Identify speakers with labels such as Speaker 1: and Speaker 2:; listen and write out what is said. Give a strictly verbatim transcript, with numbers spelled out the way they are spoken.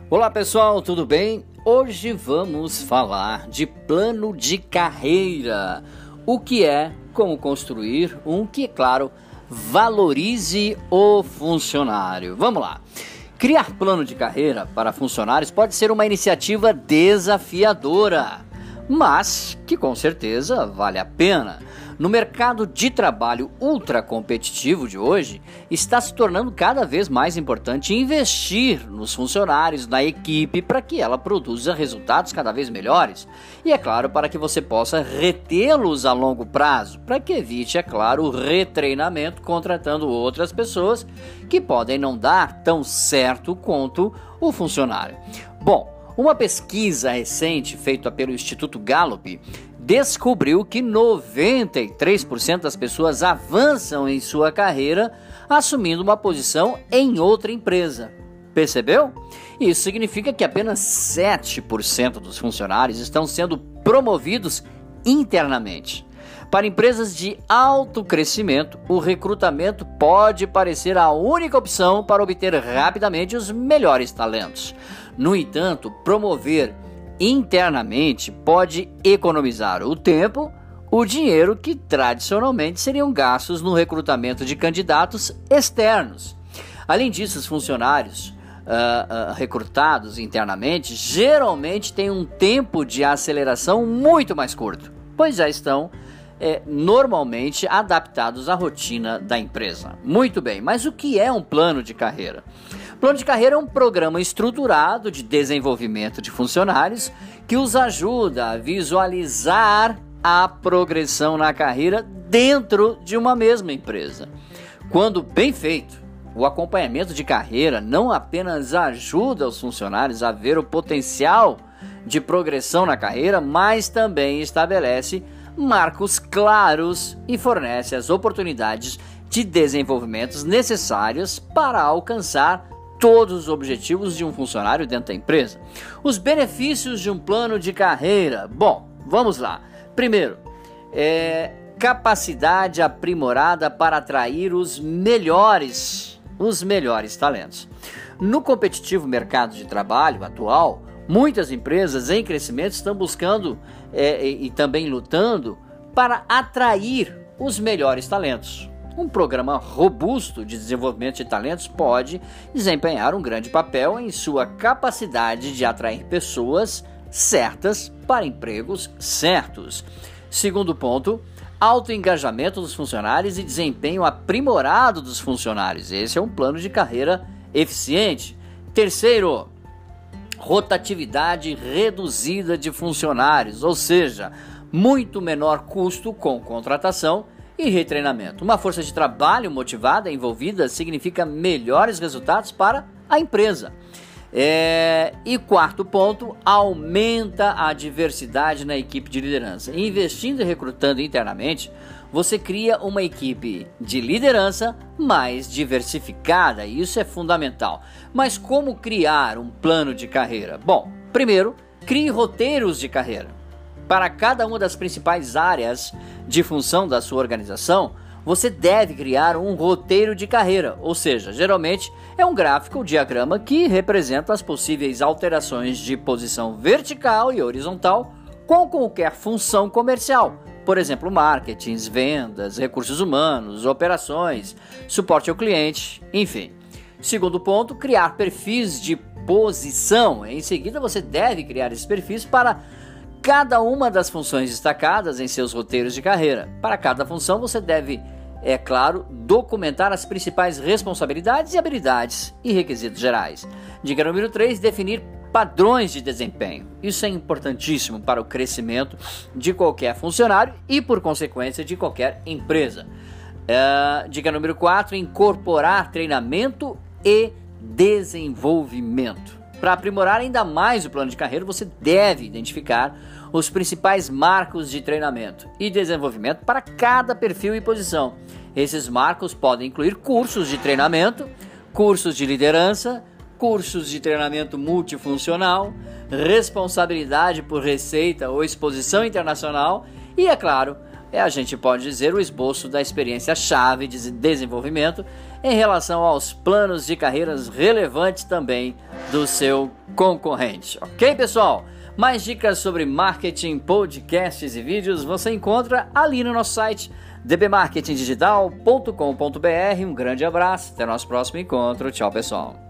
Speaker 1: Olá pessoal, tudo bem? Hoje vamos falar de plano de carreira. O que é, como construir um que, claro, valorize o funcionário. Vamos lá. Criar plano de carreira para funcionários pode ser uma iniciativa desafiadora, mas que com certeza vale a pena. No mercado de trabalho ultra competitivo de hoje, está se tornando cada vez mais importante investir nos funcionários, na equipe, para que ela produza resultados cada vez melhores. E é claro, para que você possa retê-los a longo prazo, para que evite, é claro, o retreinamento contratando outras pessoas que podem não dar tão certo quanto o funcionário. Bom, uma pesquisa recente feita pelo Instituto Gallup descobriu que noventa e três por cento das pessoas avançam em sua carreira assumindo uma posição em outra empresa. Percebeu? Isso significa que apenas sete por cento dos funcionários estão sendo promovidos internamente. Para empresas de alto crescimento, o recrutamento pode parecer a única opção para obter rapidamente os melhores talentos. No entanto, promover internamente pode economizar o tempo, o dinheiro que tradicionalmente seriam gastos no recrutamento de candidatos externos. Além disso, os funcionários uh, uh, recrutados internamente geralmente têm um tempo de aceleração muito mais curto, pois já estão é, normalmente adaptados à rotina da empresa. Muito bem, mas o que é um plano de carreira? Plano de carreira é um programa estruturado de desenvolvimento de funcionários que os ajuda a visualizar a progressão na carreira dentro de uma mesma empresa. Quando bem feito, o acompanhamento de carreira não apenas ajuda os funcionários a ver o potencial de progressão na carreira, mas também estabelece marcos claros e fornece as oportunidades de desenvolvimentos necessárias para alcançar todos os objetivos de um funcionário dentro da empresa. Os benefícios de um plano de carreira. Bom, vamos lá. Primeiro, é, capacidade aprimorada para atrair os melhores, os melhores talentos. No competitivo mercado de trabalho atual, muitas empresas em crescimento estão buscando é, e, e também lutando para atrair os melhores talentos. Um programa robusto de desenvolvimento de talentos pode desempenhar um grande papel em sua capacidade de atrair pessoas certas para empregos certos. Segundo ponto, alto engajamento dos funcionários e desempenho aprimorado dos funcionários. Esse é um plano de carreira eficiente. Terceiro, rotatividade reduzida de funcionários, ou seja, muito menor custo com contratação e retreinamento. Uma força de trabalho motivada e envolvida significa melhores resultados para a empresa. É... E quarto ponto, aumenta a diversidade na equipe de liderança. Investindo e recrutando internamente, você cria uma equipe de liderança mais diversificada, e isso é fundamental. Mas como criar um plano de carreira? Bom, primeiro, crie roteiros de carreira. Para cada uma das principais áreas de função da sua organização, você deve criar um roteiro de carreira, ou seja, geralmente é um gráfico ou diagrama que representa as possíveis alterações de posição vertical e horizontal com qualquer função comercial. Por exemplo, marketing, vendas, recursos humanos, operações, suporte ao cliente, enfim. Segundo ponto, criar perfis de posição. Em seguida, você deve criar esses perfis para cada uma das funções destacadas em seus roteiros de carreira. Para cada função, você deve, é claro, documentar as principais responsabilidades e habilidades e requisitos gerais. Dica número três, definir padrões de desempenho. Isso é importantíssimo para o crescimento de qualquer funcionário e, por consequência, de qualquer empresa. É, dica número quatro, incorporar treinamento e desenvolvimento. Para aprimorar ainda mais o plano de carreira, você deve identificar os principais marcos de treinamento e desenvolvimento para cada perfil e posição. Esses marcos podem incluir cursos de treinamento, cursos de liderança, cursos de treinamento multifuncional, responsabilidade por receita ou exposição internacional e, é claro, é, a gente pode dizer, o esboço da experiência-chave de desenvolvimento em relação aos planos de carreiras relevantes também do seu concorrente. Ok, pessoal? Mais dicas sobre marketing, podcasts e vídeos você encontra ali no nosso site d b marketing digital ponto com ponto b r. Um grande abraço, até o nosso próximo encontro. Tchau, pessoal.